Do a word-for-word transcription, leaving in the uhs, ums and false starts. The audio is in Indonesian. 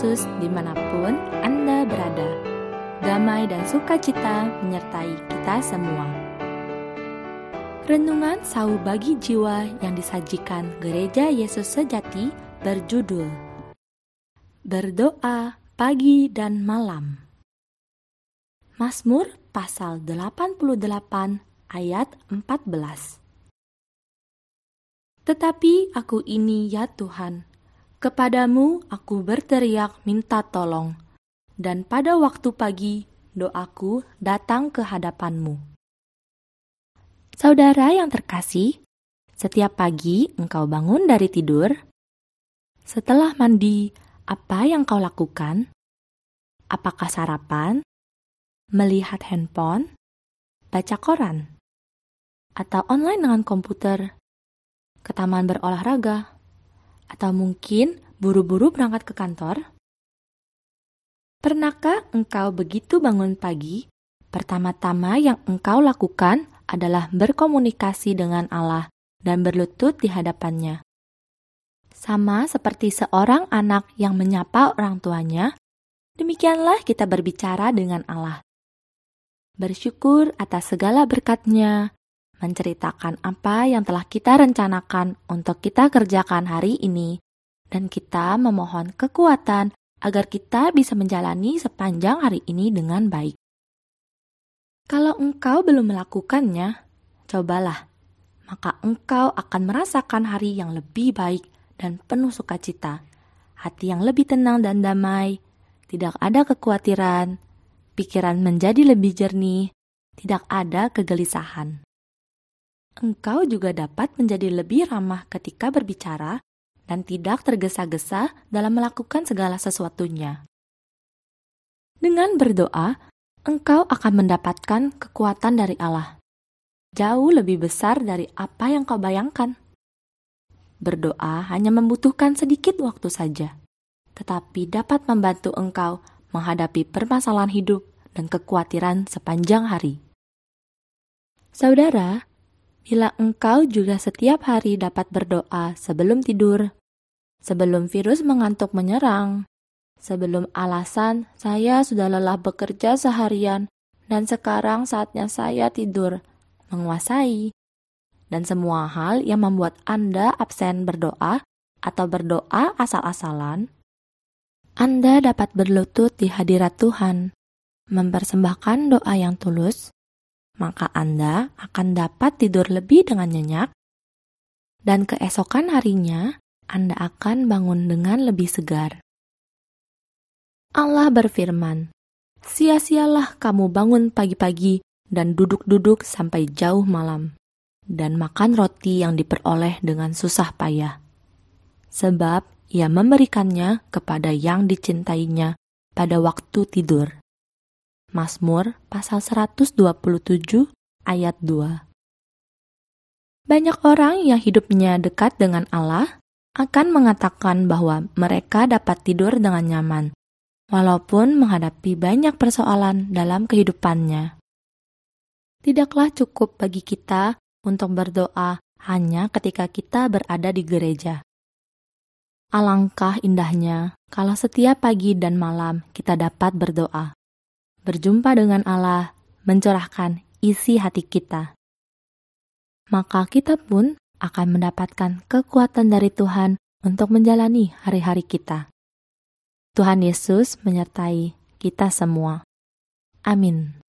Yesus dimanapun Anda berada. Damai dan sukacita menyertai kita semua. Renungan Sau Bagi Jiwa yang disajikan Gereja Yesus Sejati berjudul Berdoa Pagi dan Malam. Mazmur pasal delapan puluh delapan ayat empat belas. Tetapi aku ini ya Tuhan, kepadamu aku berteriak minta tolong, dan pada waktu pagi doaku datang ke hadapanmu. Saudara yang terkasih, setiap pagi engkau bangun dari tidur. Setelah mandi, apa yang kau lakukan? Apakah sarapan? Melihat handphone? Baca koran? Atau online dengan komputer? Ke taman berolahraga? Atau mungkin buru-buru berangkat ke kantor? Pernahkah engkau begitu bangun pagi, pertama-tama yang engkau lakukan adalah berkomunikasi dengan Allah dan berlutut di hadapannya? Sama seperti seorang anak yang menyapa orang tuanya, demikianlah kita berbicara dengan Allah. Bersyukur atas segala berkat-Nya, menceritakan apa yang telah kita rencanakan untuk kita kerjakan hari ini, dan kita memohon kekuatan agar kita bisa menjalani sepanjang hari ini dengan baik. Kalau engkau belum melakukannya, cobalah, maka engkau akan merasakan hari yang lebih baik dan penuh sukacita, hati yang lebih tenang dan damai, tidak ada kekhawatiran, pikiran menjadi lebih jernih, tidak ada kegelisahan. Engkau juga dapat menjadi lebih ramah ketika berbicara dan tidak tergesa-gesa dalam melakukan segala sesuatunya. Dengan berdoa, engkau akan mendapatkan kekuatan dari Allah, jauh lebih besar dari apa yang kau bayangkan. Berdoa hanya membutuhkan sedikit waktu saja, tetapi dapat membantu engkau menghadapi permasalahan hidup dan kekhawatiran sepanjang hari. Saudara, bila engkau juga setiap hari dapat berdoa sebelum tidur, sebelum virus mengantuk menyerang, sebelum alasan saya sudah lelah bekerja seharian dan sekarang saatnya saya tidur menguasai, dan semua hal yang membuat Anda absen berdoa atau berdoa asal-asalan, Anda dapat berlutut di hadirat Tuhan, mempersembahkan doa yang tulus, maka Anda akan dapat tidur lebih dengan nyenyak, dan keesokan harinya Anda akan bangun dengan lebih segar. Allah berfirman, "Sia-sialah kamu bangun pagi-pagi dan duduk-duduk sampai jauh malam, dan makan roti yang diperoleh dengan susah payah. Sebab Ia memberikannya kepada yang dicintainya pada waktu tidur." Mazmur pasal seratus dua puluh tujuh ayat dua. Banyak orang yang hidupnya dekat dengan Allah akan mengatakan bahwa mereka dapat tidur dengan nyaman, walaupun menghadapi banyak persoalan dalam kehidupannya. Tidaklah cukup bagi kita untuk berdoa hanya ketika kita berada di gereja. Alangkah indahnya kalau setiap pagi dan malam kita dapat berdoa, berjumpa dengan Allah, mencurahkan isi hati kita. Maka kita pun akan mendapatkan kekuatan dari Tuhan untuk menjalani hari-hari kita. Tuhan Yesus menyertai kita semua. Amin.